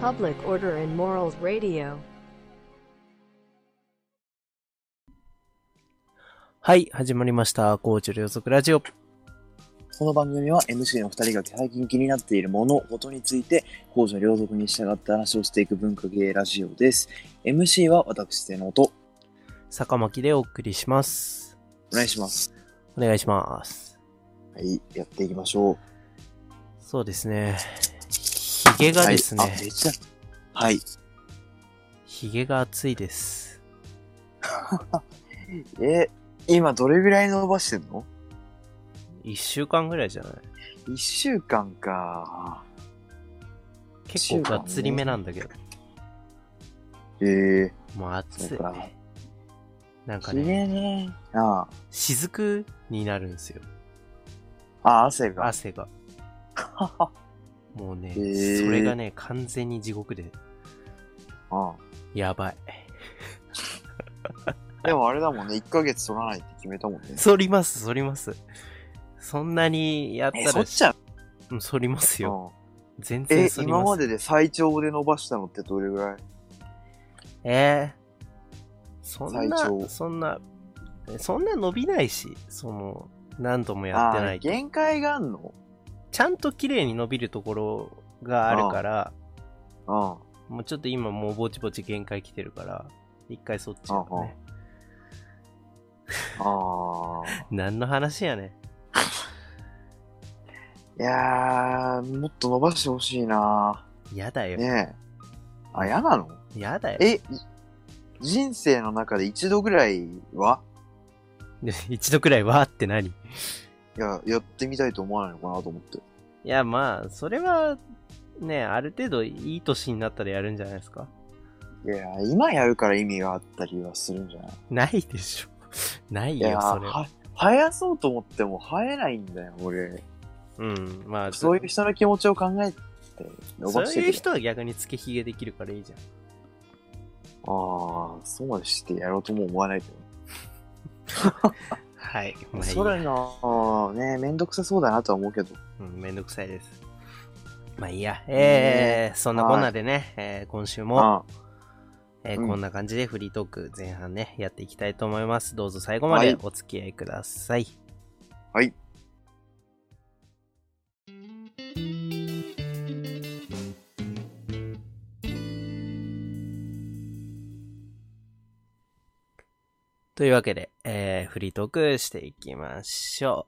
Public Order and Morals Radio. はい、始まりました。高知両足ラジオ。 この番組は MC の2人が最近気になっているもの、ことについて、公序良俗に従って話をしていく文化系ラジオです。MC は私、瀬野と、 坂巻でお送りします。 お願いします。 お願いします。 はい、やっていきましょう。 そうですね。ヒゲがですね。 はい、めっちゃ。はい。 ヒゲが熱いです。 今どれぐらい伸ばしてんの ？1週間ぐらいじゃない？ 1 週間か。 結構がっつりめなんだけど。もう熱い。なんかね。 ヒゲね。ああ。 雫になるんですよ。 汗が。 もうね、それがね、完全に地獄で。やばい。 でもあれだもんね、1ヶ月取らないって決めたもんね。 剃ります。そんなにやったら。 剃っちゃう？剃りますよ。全然剃ります。 今までで最長で伸ばしたのってどれぐらい？ そんな伸びないし、何度もやってないと。 限界があんの？ ちゃんと綺麗に伸びるところがあるから、 もうちょっと今もうぼちぼち限界来てるから、一回剃っちゃうね。何の話やねん。いやー、もっと伸ばしてほしいな。 やだよ。 ねえ。やなの？ やだよ。 人生の中で一度ぐらいは一度くらいはって何？ いや、やってみたいと思わないのかなと思って。 いや、まあ、それは、ね、ある程度いい年になったらやるんじゃないですか？ いや、今やるから意味があったりはするんじゃない？ ないでしょ。ないよ、それは。 生やそうと思っても生えないんだよ、俺。 まあ。 そういう人の気持ちを考えて伸ばしてそういう人は逆につけひげできるからいいじゃん。 そうまでしてやろうとも思わないけど。 はい。まあいい。 それの、ね、めんどくさそうだなとは思うけど。 めんどくさいです。まあいいや。そんなこんなでね、今週も、こんな感じでフリートーク前半ね、やっていきたいと思います。どうぞ最後までお付き合いください。 はい。 というわけで、フリートークしていきましょ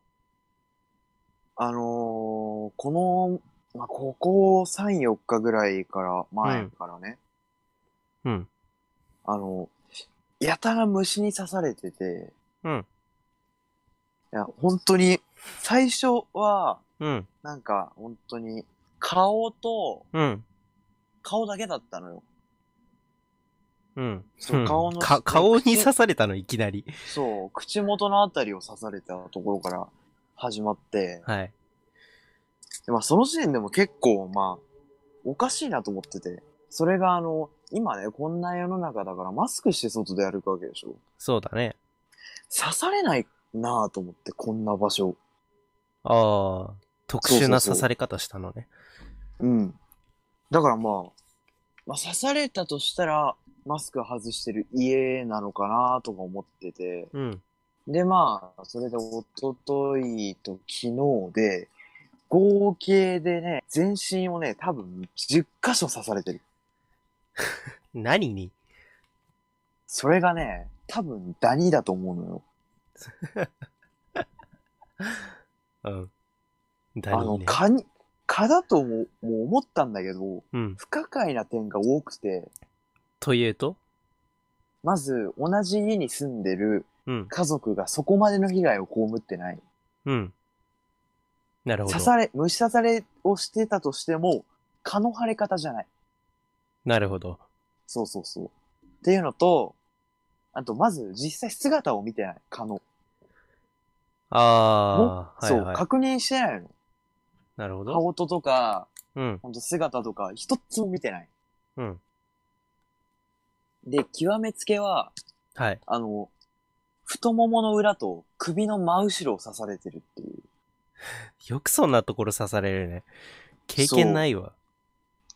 う。ここ3、4日ぐらいから前からね。やたら虫に刺されてて。いや、本当に、最初は、なんか、本当に、顔だけだったのよ。そう、 顔に刺されたの、いきなり。 そう、口元のあたりを刺されたところから始まって。 はい。 でその時点でも結構、おかしいなと思ってて。それが今ね、こんな世の中だからマスクして外で歩くわけでしょ？ そうだね。 刺されないなぁと思って、こんな場所。 特殊な刺され方したのね。 だから刺されたとしたら、マスク外してる家なのかなとか思ってて。で、それで一昨日と昨日で、合計でね、全身をね、多分10箇所刺されてる。 何に？ それがね、多分ダニだと思うのよ。 ダニね。 蚊だとも思ったんだけど、不可解な点が多くて。 というと？ まず、同じ家に住んでる家族がそこまでの被害を被ってない。 なるほど。 虫刺されをしてたとしても、蚊の腫れ方じゃない。 なるほど。 そう。っていうのと、あと、まず実際姿を見てない、蚊の。そう、確認してないの。 なるほど。 顔とか、ほんと姿とか、一つも見てない。で、極めつけは、太ももの裏と首の真後ろを刺されてるっていう。 よくそんなところ刺されるね。経験ないわ。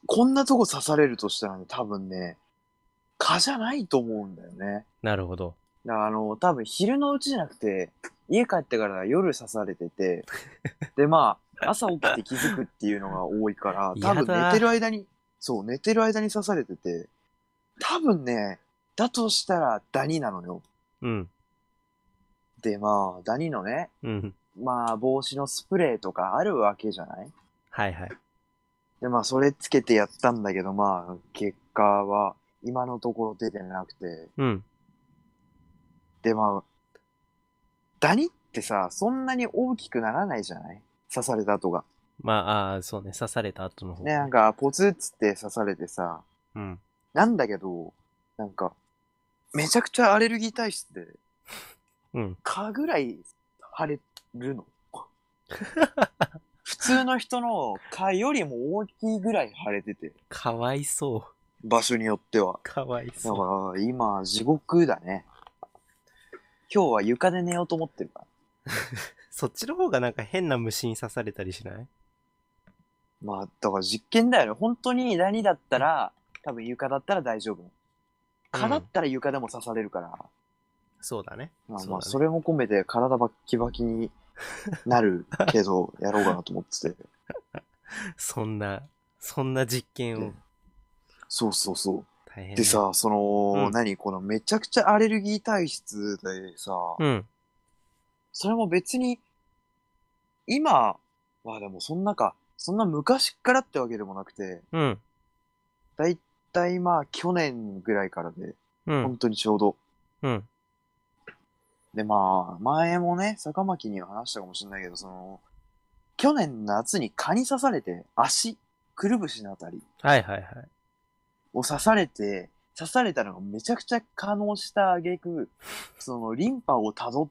こんなとこ刺されるとしたらね、多分ね、蚊じゃないと思うんだよね。 なるほど。 だから多分昼のうちじゃなくて、家帰ってから夜刺されてて、でまあ、朝起きて気づくっていうのが多いから、多分寝てる間に、そう、寝てる間に刺されてて、多分ね、だとしたらダニなのよ。 うん。 で、まあ、ダニのね、 うん。 まあ、防止のスプレーとかあるわけじゃない？ はいはい。 で、まあ、それつけてやったんだけど、まあ、結果は今のところ出てなくて。 うん。 で、まあ、ダニってさ、そんなに大きくならないじゃない？刺された後が。 まあ、そうね、刺された後の方。 ね、なんか、ポツッつって刺されてさ、 うん。 なんだけど、なんか、めちゃくちゃアレルギー体質で、 うん。 蚊ぐらい腫れるの。普通の人の蚊よりも大きいぐらい腫れてて。 かわいそう。 場所によっては。 かわいそう。 だから、今、地獄だね。今日は床で寝ようと思ってるから。 そっちの方がなんか変な虫に刺されたりしない？ まあ、だから実験だよね。本当にダニだったら、多分床だったら大丈夫。蚊だったら床でも刺されるから。 そうだね。 まあ、それも込めて体バッキバキになるけど、やろうかなと思ってて。 そんな実験を。 そうそうそう。 大変、ね。 でさ、何このめちゃくちゃアレルギー体質でさ、 うん。 それも別に、今はでもそんな昔からってわけでもなくて、 うん。 だいたいまあ去年ぐらいからで、 うん。 本当にちょうど。 うん。 でまあ、前もね、坂巻には話したかもしれないけど、去年夏に蚊に刺されて、くるぶしのあたりはいはいはい。 を刺されたのがめちゃくちゃ可能した挙句、リンパをたどって、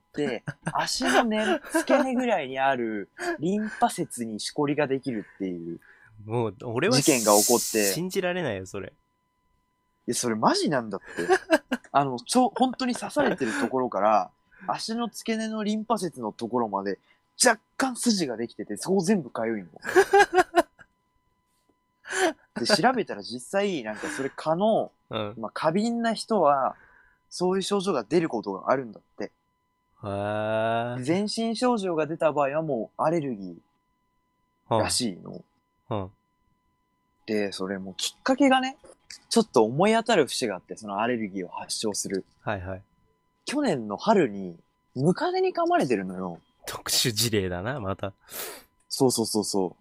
足の付け根ぐらいにあるリンパ節にしこりができるっていう。 もう、俺は事件が起こって。 信じられないよ、それ。 いや、それマジなんだって。本当に刺されてるところから、足の付け根のリンパ節のところまで、若干筋ができてて、そこ全部かゆいの。で、調べたら実際、なんかそれ蚊の、まあ、過敏な人は、そういう症状が出ることがあるんだって。全身症状が出た場合はもうアレルギーらしいの。で、それもきっかけがね、ちょっと思い当たる節があって、そのアレルギーを発症する。 はいはい。 去年の春に、ムカデに噛まれてるのよ。 特殊事例だな、また。 そうそうそうそう。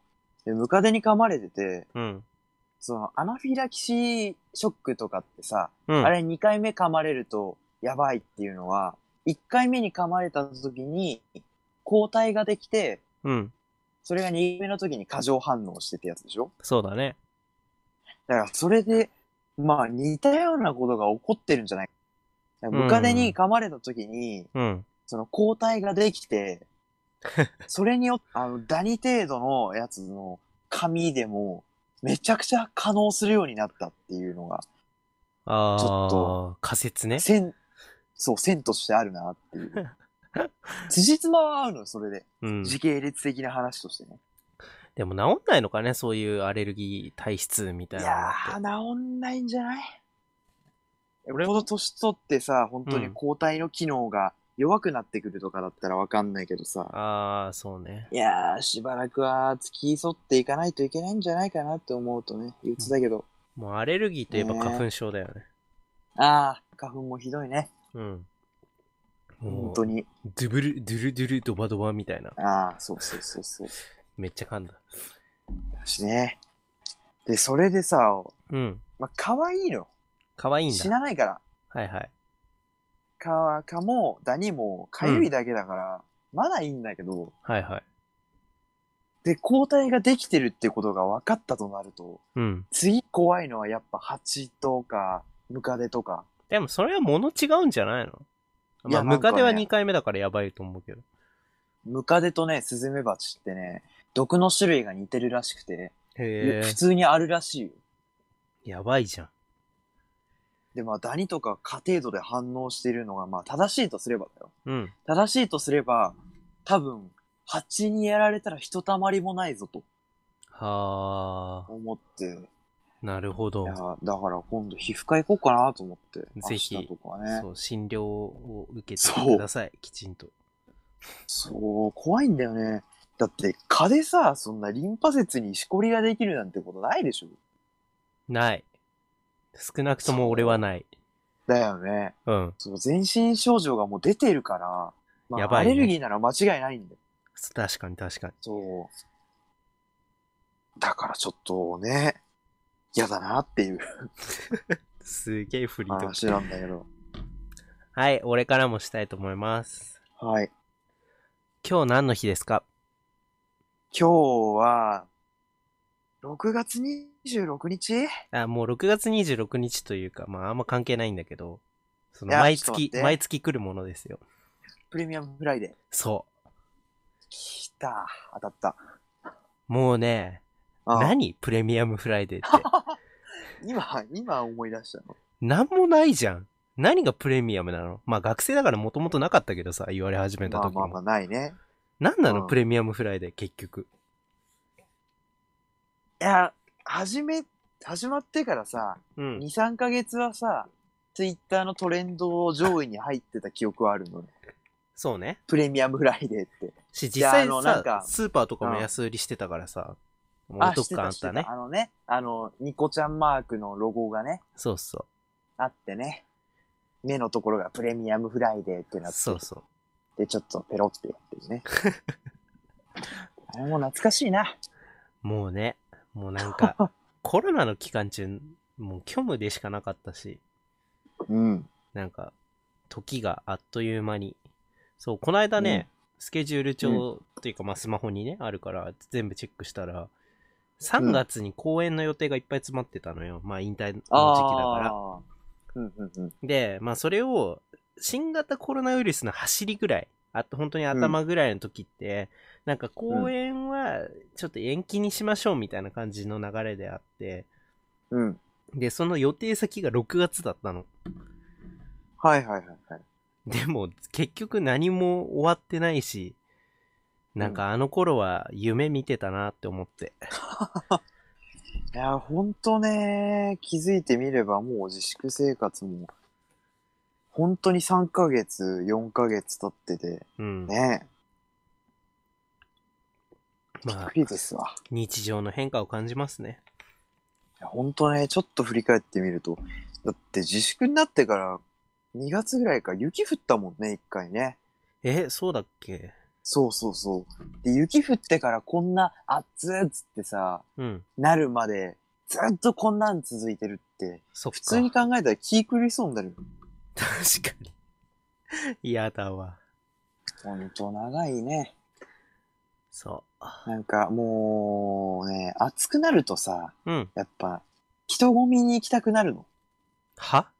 で、ムカデに噛まれてて、 うん。 アナフィラキシーショックとかってさ、あれ2回目噛まれるとやばいっていうのは、1回目に噛まれた時に抗体ができて、 うん。 それが2回目の時に過剰反応してってやつでしょ？ そうだね。 だからそれで、まあ似たようなことが起こってるんじゃないか。ムカデに噛まれた時に、抗体ができて、それによって、ダニ程度のやつの髪でも、めちゃくちゃ可能するようになったっていうのが、ちょっと、 仮説ね。 線としてあるなっていう。辻褄は合うのよ、それで。時系列的な話としてね。 でも治んないのかね、そういうアレルギー体質みたいなのって。 いやー、治んないんじゃない？俺ほど年取ってさ、本当に抗体の機能が弱くなってくるとかだったらわかんないけどさ。 そうね。 いやー、しばらくは付き添っていかないといけないんじゃないかなって思うとね、憂鬱だけど。 もうアレルギーといえば花粉症だよね。 花粉もひどいね。本当に。 ドゥルドバドバみたいな。 そう。 めっちゃ噛んだ。 だしね。で、それでさ、まあ、可愛いの。 可愛いんだ。 死なないから。 はいはい。 蚊もダニもかゆいだけだから、まだいいんだけど。 はいはい。 で、抗体ができてるってことが分かったとなると、次怖いのはやっぱ蜂とか、ムカデとか。 でもそれは物違うんじゃないの？まあ、ムカデは2回目だからやばいと思うけど。 ムカデとね、スズメバチってね、毒の種類が似てるらしくて、普通にあるらしいよ。 やばいじゃん。 で、まあ、ダニとか蚊程度で反応しているのが、まあ、正しいとすればだよ。正しいとすれば、多分、蜂にやられたらひとたまりもないぞと。思って。 なるほど。 いや、だから今度皮膚科行こうかなと思って。 ぜひ、 明日とかね。 そう、診療を受けてください。きちんと。 そう、怖いんだよね。だって、蚊でさ、そんなリンパ節にしこりができるなんてことないでしょ。 ない。少なくとも俺はない。 だよね。 うん。 そう、全身症状がもう出てるから、まあ、 やばいね。 アレルギーなら間違いないんだよ。 確かに確かに。 そう。だからちょっとね、嫌だなっていうすげえフリートーク話なんだけど。 はい、俺からもしたいと思います。 はい。 今日何の日ですか？ 今日は、6月26日？ もう6月26日というか、まああんま関係ないんだけど、その毎月来るものですよ。 プレミアムフライデー。 そう。 来た。当たった。 もうね、何プレミアムフライデーって。 今思い出したの。 なんもないじゃん。何がプレミアムなの？まあ学生だからもともとなかったけどさ、言われ始めた時も。 まあないね。 何なの、プレミアムフライデー結局。 いや、始まってからさ、2、3ヶ月はさ、ツイッターのトレンド上位に入ってた記憶はあるのね。 そうね。 プレミアムフライデーって。 実際さ、スーパーとかも安売りしてたからさ、もうお得感あったね。 ニコちゃんマークのロゴがね。 そうそう。 あってね。目のところがプレミアムフライデーってなって。 そうそう。 で、ちょっとペロってやってるね。あれも懐かしいな。 もうね、もうなんか、コロナの期間中、もう虚無でしかなかったし。 うん。 なんか、時があっという間に。そう、この間ね、スケジュール帳っていうか、まあスマホにね、あるから全部チェックしたら、3月に公演の予定がいっぱい詰まってたのよ。まあ引退の時期だから。で、まあそれを、新型コロナウイルスの走りぐらい、あと本当に頭ぐらいの時って、なんか公演はちょっと延期にしましょうみたいな感じの流れであって、で、その予定先が6月だったの。 はいはいはいはい。 でも結局何も終わってないし、なんかあの頃は夢見てたなって思って。 いや、ほんとね、気づいてみればもう自粛生活も、本当に3ヶ月、4ヶ月経ってて、ね。びっくりですわ。 日常の変化を感じますね。 ほんとね、ちょっと振り返ってみると、だって自粛になってから2月ぐらいか雪降ったもんね、一回ね。 そうだっけ？ そうそうそう。で、雪降ってからこんな暑っつってさ、なるまでずっとこんなん続いてるって、普通に考えたら気狂いそうになる。 確かに。嫌だわ。 ほんと長いね。 そう。 なんかもうね、暑くなるとさ、やっぱ人混みに行きたくなるの。 は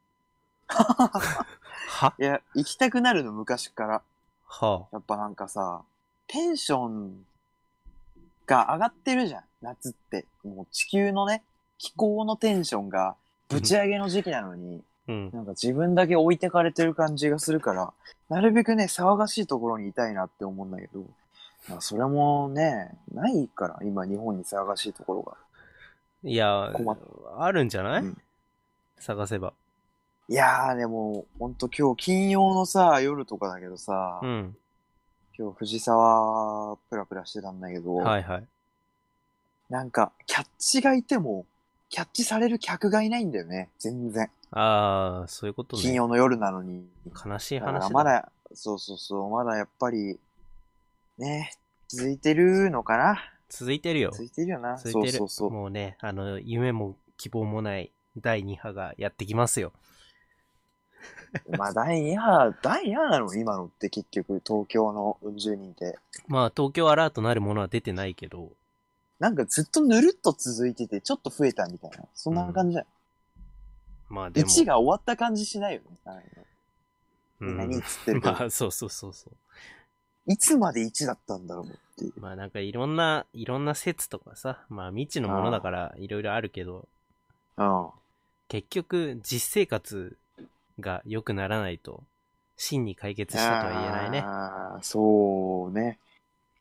いや、行きたくなるの昔から。 はやっぱなんかさ、テンションが上がってるじゃん、夏って。もう地球のね、気候のテンションがぶち上げの時期なのに、なんか自分だけ置いてかれてる感じがするから、なるべくね、騒がしいところにいたいなって思うんだけど、まあそれもね、ないから、今日本に騒がしいところが。 いや、あるんじゃない？探せば。 いやーでも、ほんと今日金曜のさ、夜とかだけどさ、今日藤沢プラプラしてたんだけど、 はいはい。 なんか、キャッチがいても、キャッチされる客がいないんだよね、全然。 ああ、そういうことね。 金曜の夜なのに。 悲しい話だ。 まだ、そうそうそう、まだやっぱり、ね、続いてるのかな？ 続いてるよ。 続いてるよな。 続いてる。そうそうそう。もうね、夢も希望もない第2波がやってきますよ。 まあ第2波なの今のって結局東京のうん十人って。 まあ東京アラートなるものは出てないけど。 なんかずっとぬるっと続いててちょっと増えたみたいな。そんな感じじゃん。 まあでも。 1が終わった感じしないよね。何っつってるまあそうそうそうそう。 いつまで1だったんだろうっていう。 まあなんかいろんな説とかさ、まあ未知のものだからいろいろあるけど。結局実生活が良くならないと真に解決したとは言えないね。 そうね。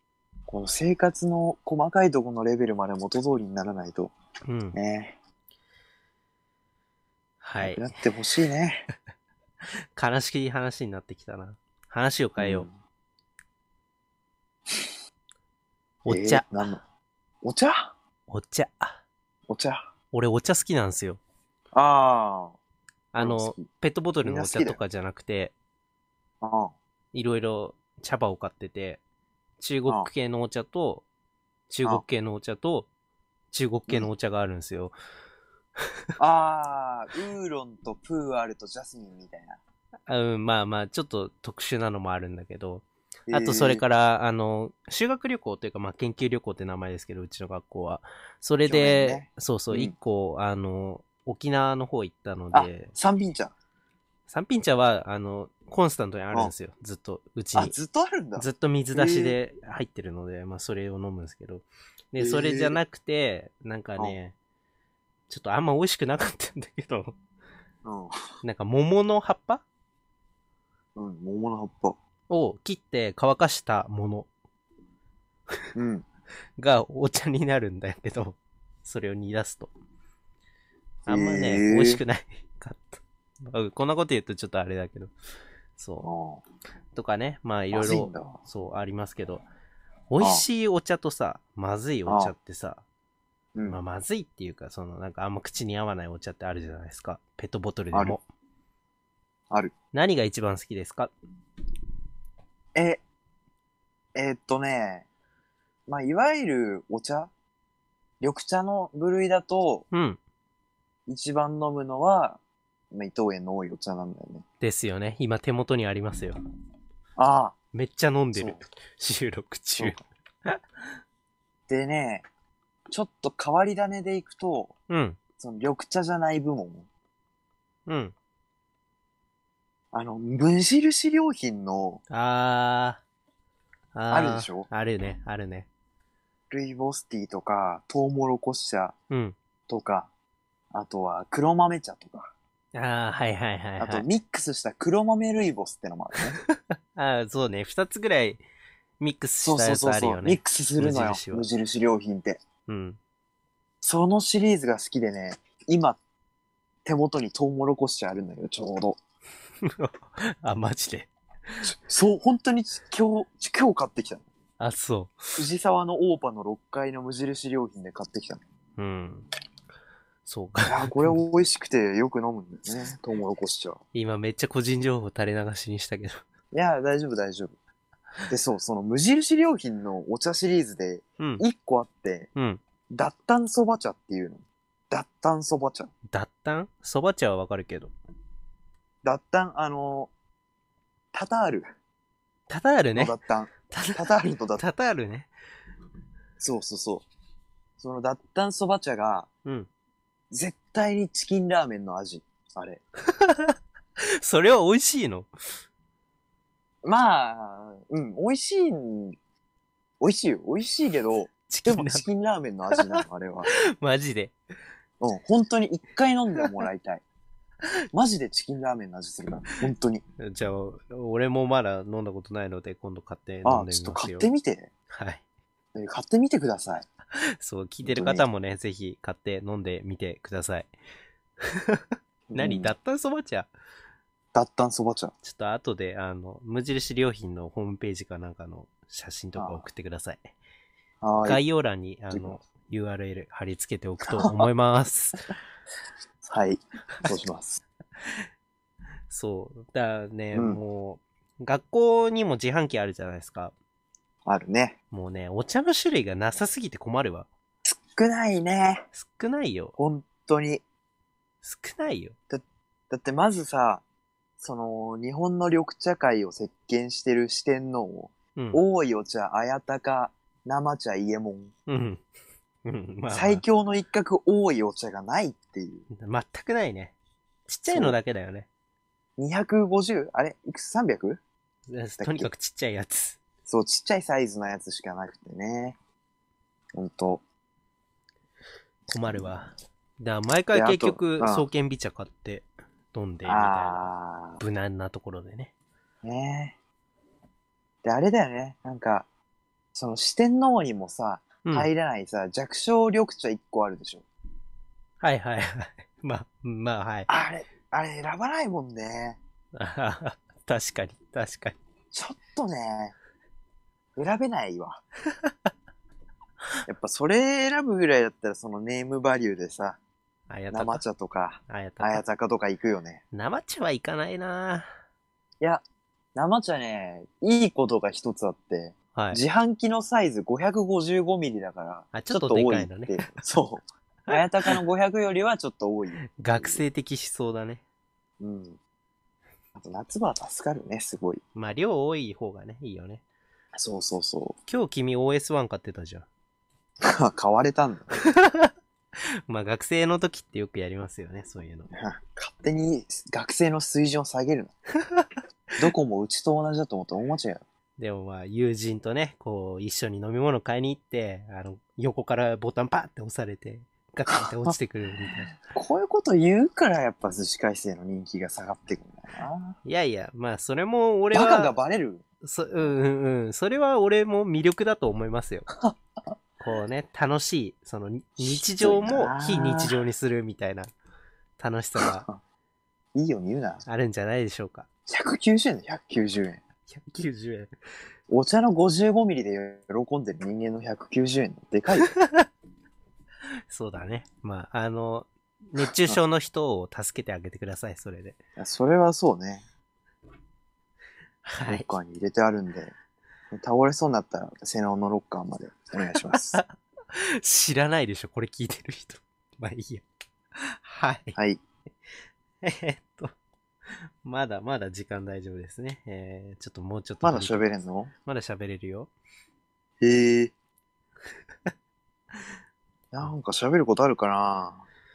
この生活の細かいところのレベルまで元通りにならないと。ね。 はい。 なってほしいね。 悲しい話になってきたな。話を変えよう。お茶。 何のお茶お茶。 お茶。 俺お茶好きなんですよ。 ああ。ペットボトルのお茶とかじゃなくて、いろいろ茶葉を買ってて、中国系のお茶と、中国系のお茶と、中国系のお茶があるんですよ。 ウーロンとプーアルとジャスミンみたいな。 まあまあ、ちょっと特殊なのもあるんだけど、あとそれから、修学旅行というか、まあ研究旅行って名前ですけど、うちの学校は。それで、ね、そうそう、一個、沖縄の方行ったので。 三品茶。 三品茶は、コンスタントにあるんですよ。ずっと、うちに。 ずっとあるんだ。 ずっと水出しで入ってるので、まあそれを飲むんですけど。で、それじゃなくて、なんかね、ちょっとあんま美味しくなかったんだけど、なんか桃の葉っぱ桃の葉っぱ。 を切って乾かしたもの。がお茶になるんだけど、それを煮出すと。あんまね、美味しくないかった。こんなこと言うとちょっとあれだけど。そう。とかね、まあいろいろ、そう、ありますけど、美味しいお茶とさ、まずいお茶ってさ、まあまずいっていうか、なんかあんま口に合わないお茶ってあるじゃないですか。ペットボトルでも。 ある。 何が一番好きですか？ まあ、いわゆるお茶緑茶の部類だと、一番飲むのは、伊藤園の多いお茶なんだよね。 ですよね。今手元にありますよ。めっちゃ飲んでる。収録中。 でね、ちょっと変わり種でいくと、その緑茶じゃない部門。無印良品の、あるでしょ？ あるね、あるね。 ルイボスティーとか、トウモロコシ茶とか、あとは黒豆茶とか。 はいはいはい。 あとミックスした黒豆ルイボスってのもあるね。そうね。二つぐらいミックスしたやつあるよね。 そうミックスするのよ。無印良品って。そのシリーズが好きでね、今、手元にトウモロコシ茶あるんだよ、ちょうど。 マジで。 そう、本当に今日買ってきたの。 そう。 藤沢のオーパの6階の無印良品で買ってきたの。 そうか。 いや、これ美味しくてよく飲むんだよね、トウモロコシ茶。 今めっちゃ個人情報垂れ流しにしたけど。 いや、大丈夫大丈夫。で、その無印良品のお茶シリーズで、1個あって、脱炭そば茶っていうの。脱炭そば茶。 脱炭そば茶はわかるけど。 脱炭、タタール。 タタールね。 脱炭。タタールと脱炭。 タタールね。 そう。その脱炭そば茶が、絶対にチキンラーメンの味。あれ。 それは美味しいの？ まあ、美味しいよ。美味しいけど、でもチキンラーメンの味なの、あれは。 マジで。 本当に一回飲んでもらいたい。マジでチキンラーメンの味するから、本当に。 じゃあ、俺もまだ飲んだことないので、今度買って飲んでみますよ。 ちょっと買ってみて。 はい。 買ってみてください。 そう、聞いてる方もね、ぜひ買って飲んでみてください。何？脱炭そば茶？ 脱炭そば茶。 ちょっと後で、無印良品のホームページかなんかの写真とか送ってください。概要欄に、URL 貼り付けておくと思います。 はい。そうします。 そう。だからね、もう、学校にも自販機あるじゃないですか。 あるね。 もうね、お茶の種類がなさすぎて困るわ。 少ないね。 少ないよ。 本当に。 少ないよ。 だってまずさ、日本の緑茶界を席巻してる四天王、多いお茶、綾鷹、生茶、伊右衛門。最強の一角多いお茶がないっていう。 全くないね。ちっちゃいのだけだよね。 250? あれいくつ 300? とにかくちっちゃいやつ。 そう、ちっちゃいサイズのやつしかなくてね。ほんと。 困るわ。だから毎回結局、爽健美茶買って飲んで、みたいな。無難なところでね。 ねえ。で、あれだよね。なんか、四天王にもさ、入らないさ、弱小緑茶1個あるでしょ。 はいはいはい。 まあ、はい。 あれ選ばないもんね。 確かに。 ちょっとね、選べないわ。やっぱそれ選ぶぐらいだったらそのネームバリューでさ、生茶とか、綾鷹とか行くよね。 生茶は行かないな。 いや、生茶ね、いいことが一つあって、 はい、 自販機のサイズ555ミリだから、 ちょっと多いのね。 そう。綾鷹の500よりはちょっと多い。 学生的思想だね。 うん。あと夏場は助かるね、すごい。 まあ量多い方がね、いいよね。 そうそうそう。 今日君 OS1 買ってたじゃん。 買われたんだ。 まあ学生の時ってよくやりますよね、そういうの。 勝手に学生の水準を下げるの。どこもうちと同じだと思って大間違いよ。 でもまあ友人とね、こう一緒に飲み物買いに行って、横からボタンパッって押されて、ガタンって落ちてくるみたいな。 こういうこと言うからやっぱ寿司改正の人気が下がってくんだよな。 いやいや、まあそれも俺は。 バカがバレる？ それは俺も魅力だと思いますよ。こうね、楽しい、その日常も非日常にするみたいな楽しさがいいように言うな。 あるんじゃないでしょうか。 190円だ、190円。 190円。 お茶の55ミリで喜んでる人間の190円のでかいよ。 そうだね。まあ、熱中症の人を助けてあげてください、それで。 それはそうね。 はい。 ロッカーに入れてあるんで、倒れそうになったら、瀬能のロッカーまでお願いします。 知らないでしょ、これ聞いてる人。まあいいや。はい。 はい。 まだ時間大丈夫ですね。ちょっともうちょっと。 まだ喋れんの？ まだ喋れるよ。 へえ。なんか喋ることあるかな？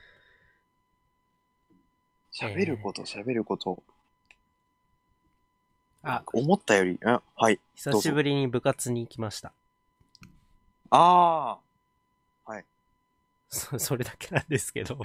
喋ること。思ったより、はい。 久しぶりに部活に行きました。 ああ。はい。 それだけなんですけど。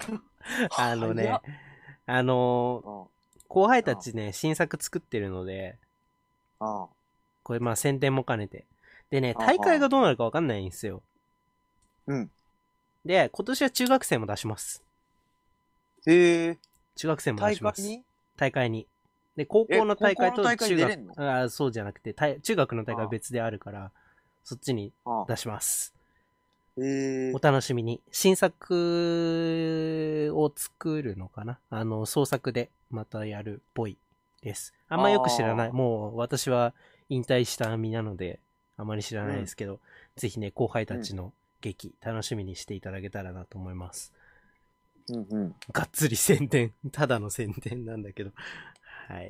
後輩たちね、新作作ってるので、これまあ宣伝も兼ねて。でね、大会がどうなるかわかんないんですよ。 うん。 で、今年は中学生も出します。 へえ。 中学生も出します。大会に。で、高校の大会と中学、そうじゃなくて、中学の大会は別であるから、そっちに出します。お楽しみに。新作を作るのかな？創作でまたやるっぽいです。あんまよく知らない。もう私は引退した身なので、あまり知らないですけど、ぜひね、後輩たちの劇、楽しみにしていただけたらなと思います。がっつり宣伝。ただの宣伝なんだけど。はい。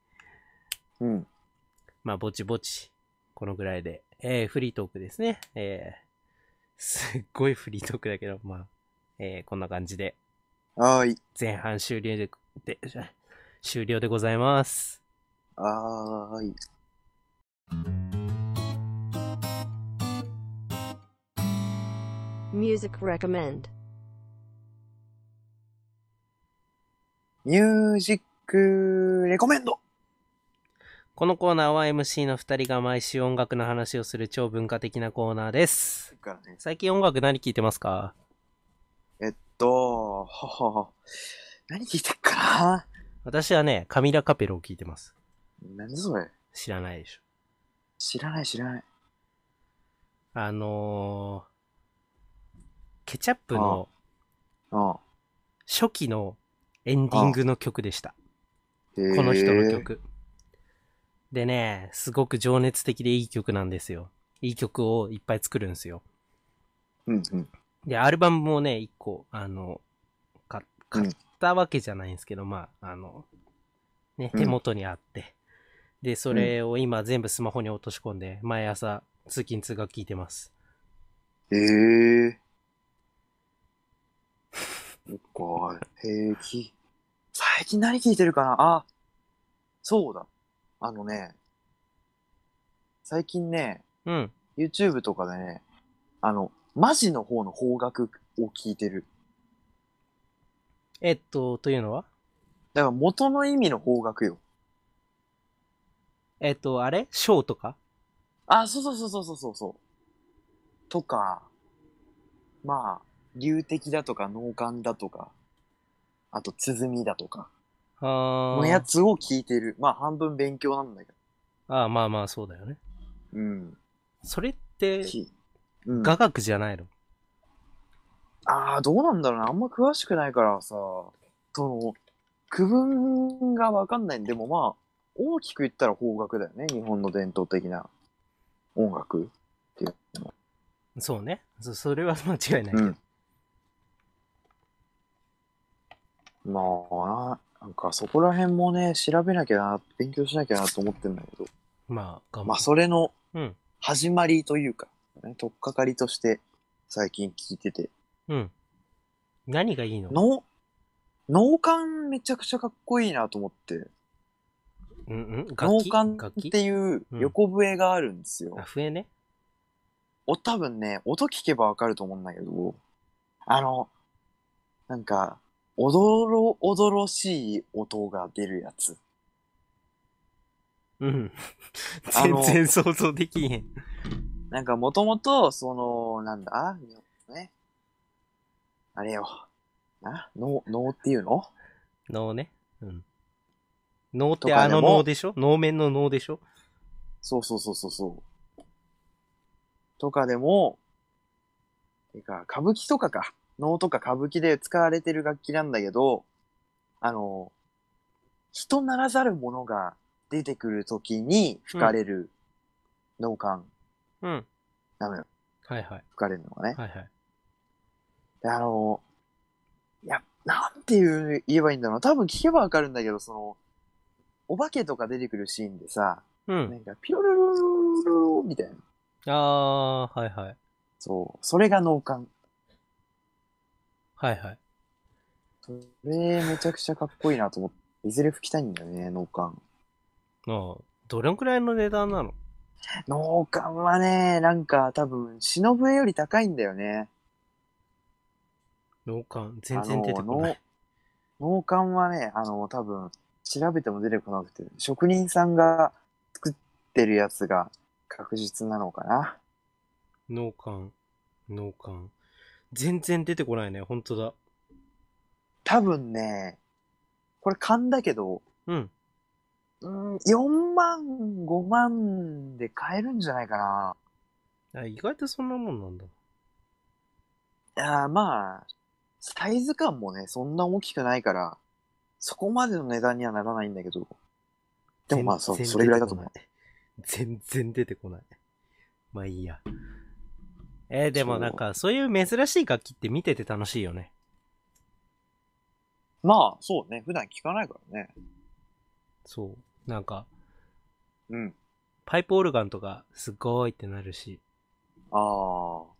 まあ、ぼちぼち、このぐらいで。フリートークですね。すっごいフリートークだけど、まあ、こんな感じで。 はい。 前半終了でございます。 はい。 Music recommend. ミュージックレコメンド。 このコーナーは MC の2人が毎週音楽の話をする超文化的なコーナーです。最近音楽何聴いてますか？ 何聴いてっかな？ 私はね、カミラ・カペロを聴いてます。 何それ？ 知らないでしょ。 知らない。 ケチャップの初期のエンディングの曲でした。この人の曲。でね、すごく情熱的でいい曲なんですよ。いい曲をいっぱい作るんですよ。で、アルバムもね、一個、買ったわけじゃないんですけど、まあ、手元にあって。で、それを今全部スマホに落とし込んで、毎朝通勤通学聴いてます。 最近何聴いてるかな？そうだ。最近ね、YouTube とかでね、マジの方の邦楽を聞いてる。 というのは？ だから元の意味の邦楽よ。 あれ？ショーとか？ そう。とか、まあ、流的だとか、農館だとか、 あと、鼓だとか、 あのやつを聞いてる。まあ、半分勉強なんだけど。 あ、まあまあ、そうだよね。 うん。 それって、 うん、 雅楽じゃないの？ ああ、どうなんだろうな。あんま詳しくないからさ、区分がわかんないんでもまあ、大きく言ったら邦楽だよね。日本の伝統的な音楽っていうのは。 そうね。それは間違いないけど。 まあ、なんかそこら辺もね、調べなきゃな、勉強しなきゃなと思ってんだけど。 まあ、 まあ、それのうん。 始まりというか、ね、取っかかりとして最近聞いてて。 うん。何がいいの？ 脳幹めちゃくちゃかっこいいなと思って。脳幹っていう横笛があるんですよ。 あ、笛ね。 多分ね、音聞けばわかると思うんだけど、なんか、おどろしい音が出るやつ。 うん。全然想像できへん。 なんかもともと、なんだね。あれよ。能っていうの？ 能ね。うん。能ってあの能でしょ？能面の能でしょ？ そう。とかでも、歌舞伎とかか。能とか歌舞伎で使われてる楽器なんだけど、人ならざるものが出てくるときに吹かれる能幹。 うん。 なのよ。 はいはい。 吹かれるのがね。 はいはい。 で、なんて言えばいいんだろう。多分聞けばわかるんだけど、お化けとか出てくるシーンでさ、 うん。 なんか、ピロロロロロロみたいな。 あー、はいはい。 そう。それが能幹。 はいはい。 それ、めちゃくちゃかっこいいなと思って、いずれ吹きたいんだよね、能幹。 ああ、どれくらいの値段なの？ 能幹はね、なんか多分、忍笛より高いんだよね。 能幹、全然出てこない。 能幹はね、多分、調べても出てこなくて、職人さんが作ってるやつが確実なのかな。 能幹。全然出てこないね、ほんとだ。 多分ね、これ勘だけど、 うん。 4万、5万で買えるんじゃないかな。 あ、意外とそんなもんなんだ。 まあ、サイズ感もね、そんな大きくないから、そこまでの値段にはならないんだけど、でもまあ、それぐらいだと思う。 全然出てこない。まあいいや。でもなんか、そういう珍しい楽器って見てて楽しいよね。 まあ、そうね。普段聞かないからね。 そう。なんか、 うん。 パイプオルガンとか、すごいってなるし。 ああ。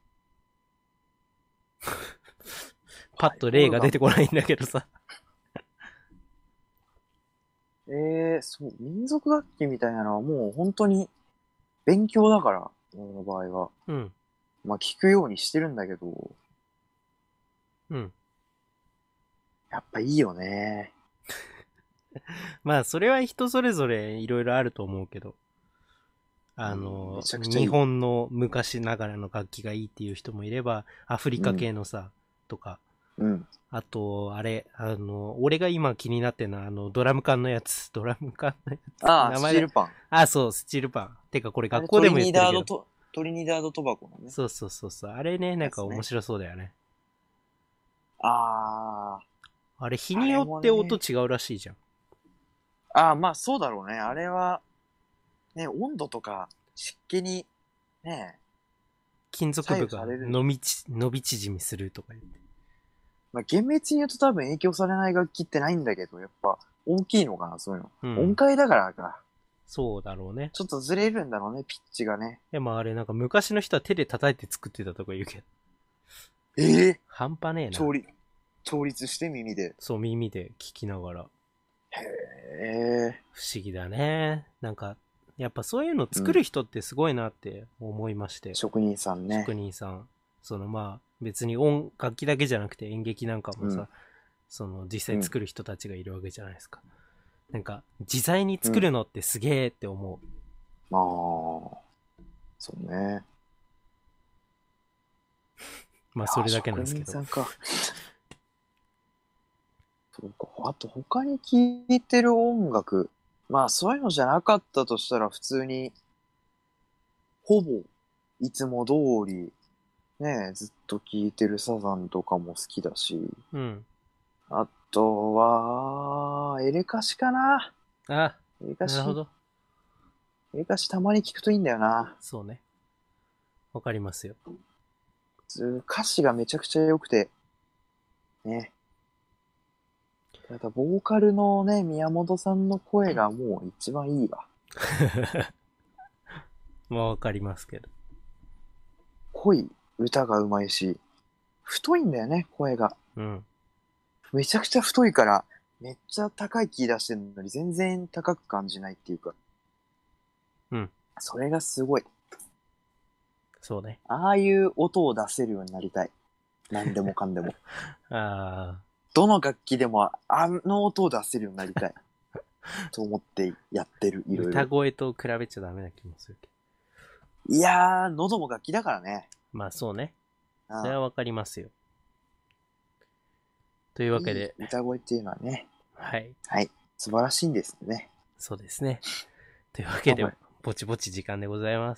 パッと例が出てこないんだけどさ。 そう、民族楽器みたいなのはもう本当に勉強だから、俺の場合は。 うん。 まあ聞くようにしてるんだけど、 うん。 やっぱいいよね。 まあ、それは人それぞれいろいろあると思うけど。 めちゃくちゃいい日本の昔ながらの楽器がいいっていう人もいれば、アフリカ系のさ、とか。 うん。 あと、俺が今気になってるのは、ドラム缶のやつ。ドラム缶のやつ。 ああ、スチールパン。 あ、そう、スチールパン。てか、これ学校でも言ってるけど。 トリニダード・トバコのね。 そう。あれね、なんか面白そうだよね。 ああれ、日によって音違うらしいじゃん。 まあそうだろうね。あれは、ね、温度とか湿気に、ね、 金属部が伸び縮みするとか言って。 まあ厳密に言うと多分影響されない楽器ってないんだけど、やっぱ大きいのかな、そういうの。音階だからか。 そうだろうね。 ちょっとずれるんだろうね、ピッチがね。 でもあれなんか昔の人は手で叩いて作ってたとか言うけど。半端ねえな。 調律して耳で。 そう、耳で聞きながら。 へえ。 不思議だね。なんか、やっぱそういうの作る人ってすごいなって思いまして。 職人さんね。 職人さん。まあ、別に楽器だけじゃなくて演劇なんかもさ、実際作る人たちがいるわけじゃないですか。なんか、自在に作るのってすげえって思う。 そうね。 まあ、それだけなんですけど。 職人さんか。 そうか。あと他に聴いてる音楽。まあそういうのじゃなかったとしたら普通に、ほぼいつも通り、ね、ずっと聴いてるサザンとかも好きだし。 うん。 あとは、エレカシかな。 あ、 エレカシ。 なるほど。 エレカシたまに聞くといいんだよな。 そうね。わかりますよ。 歌詞がめちゃくちゃ良くて、ね。ただ、ボーカルのね、宮本さんの声がもう一番いいわ。 まあわかりますけど。 濃い歌がうまいし、太いんだよね、声が。 うん。 めちゃくちゃ太いから、めっちゃ高いキー出してるのに全然高く感じないっていうか。 うん。 それがすごい。 そうね。 ああいう音を出せるようになりたい。何でもかんでも。 ああ。 どの楽器でもあの音を出せるようになりたい。と思ってやってる、いろいろ。 歌声と比べちゃダメな気もするけど。いやー、喉も楽器だからね。 まあそうね。それはわかりますよ。というわけで。 いい歌声っていうのはね。 はい。 はい。素晴らしいんですね。 そうですね。というわけで、ぼちぼち時間でございます。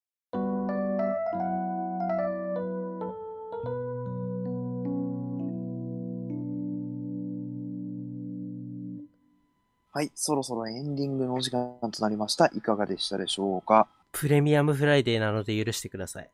はい、そろそろエンディングのお時間となりました。いかがでしたでしょうか？ プレミアムフライデーなので許してください。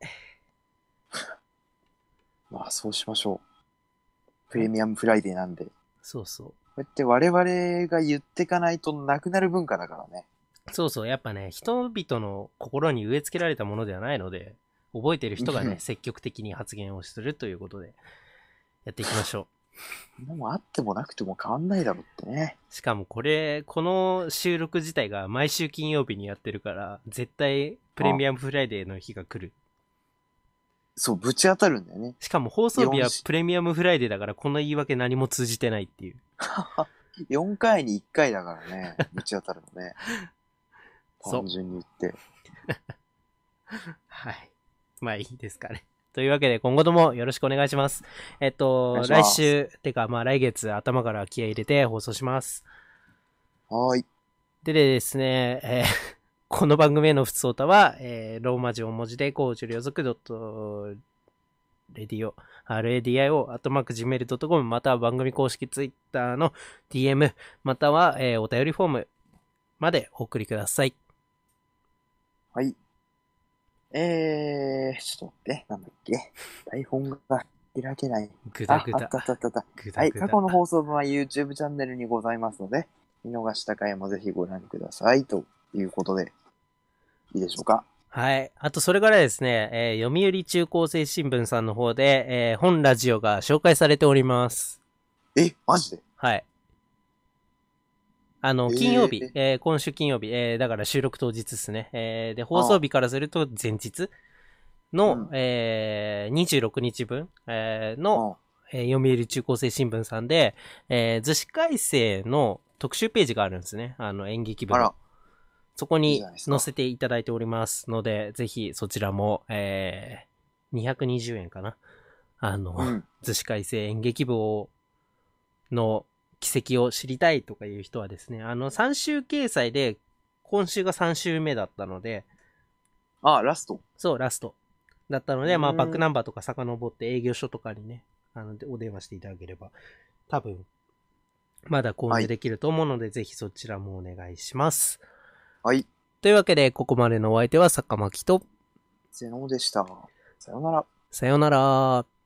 まあ、そうしましょう。プレミアムフライデーなんで。 そうそう。こうやって我々が言ってかないとなくなる文化だからね。 そうそう。やっぱね、人々の心に植え付けられたものではないので、覚えてる人がね、積極的に発言をするということで、やっていきましょう。 もうあってもなくても変わんないだろうってね。 しかもこの収録自体が毎週金曜日にやってるから、絶対プレミアムフライデーの日が来る。 そう、ぶち当たるんだよね。 しかも放送日はプレミアムフライデーだから、この言い訳何も通じてないっていう。 4回に1回だからね、ぶち当たるのね。単純に言って。 はい。まあいいですかね。というわけで、今後ともよろしくお願いします。来週、てか、まあ来月頭から気合い入れて放送します。 はい。 でですね、この番組への普通歌は、ローマ字大文字で、高知両族.radio、radio@gmail.com または番組公式ツイッターの DM、または、お便りフォームまでお送りください。 はい。ちょっと待って、なんだっけ。台本が開けない。 ぐだぐだ。 あった。はい、過去の放送分は YouTube チャンネルにございますので、見逃した回もぜひご覧ください。ということで、いいでしょうか。 はい。あと、それからですね、読売中高生新聞さんの方で、本ラジオが紹介されております。 マジで？ はい。金曜日、今週金曜日、だから収録当日ですね。で、放送日からすると前日の、26日分、の、読売中高生新聞さんで、逗子改正の特集ページがあるんですね。演劇部の。そこに載せていただいておりますので、ぜひそちらも、220円かな。逗子改正演劇部の軌跡を知りたいとかいう人はですね、3週掲載で、今週が3週目だったので、 ラスト？ そう、ラスト。だったので、まあ、バックナンバーとか遡って営業所とかにね、お電話していただければ、多分、まだ購入できると思うので、ぜひそちらもお願いします。 はい。 というわけで、ここまでのお相手は坂巻と、 ゼノでした。さよなら。 さよなら。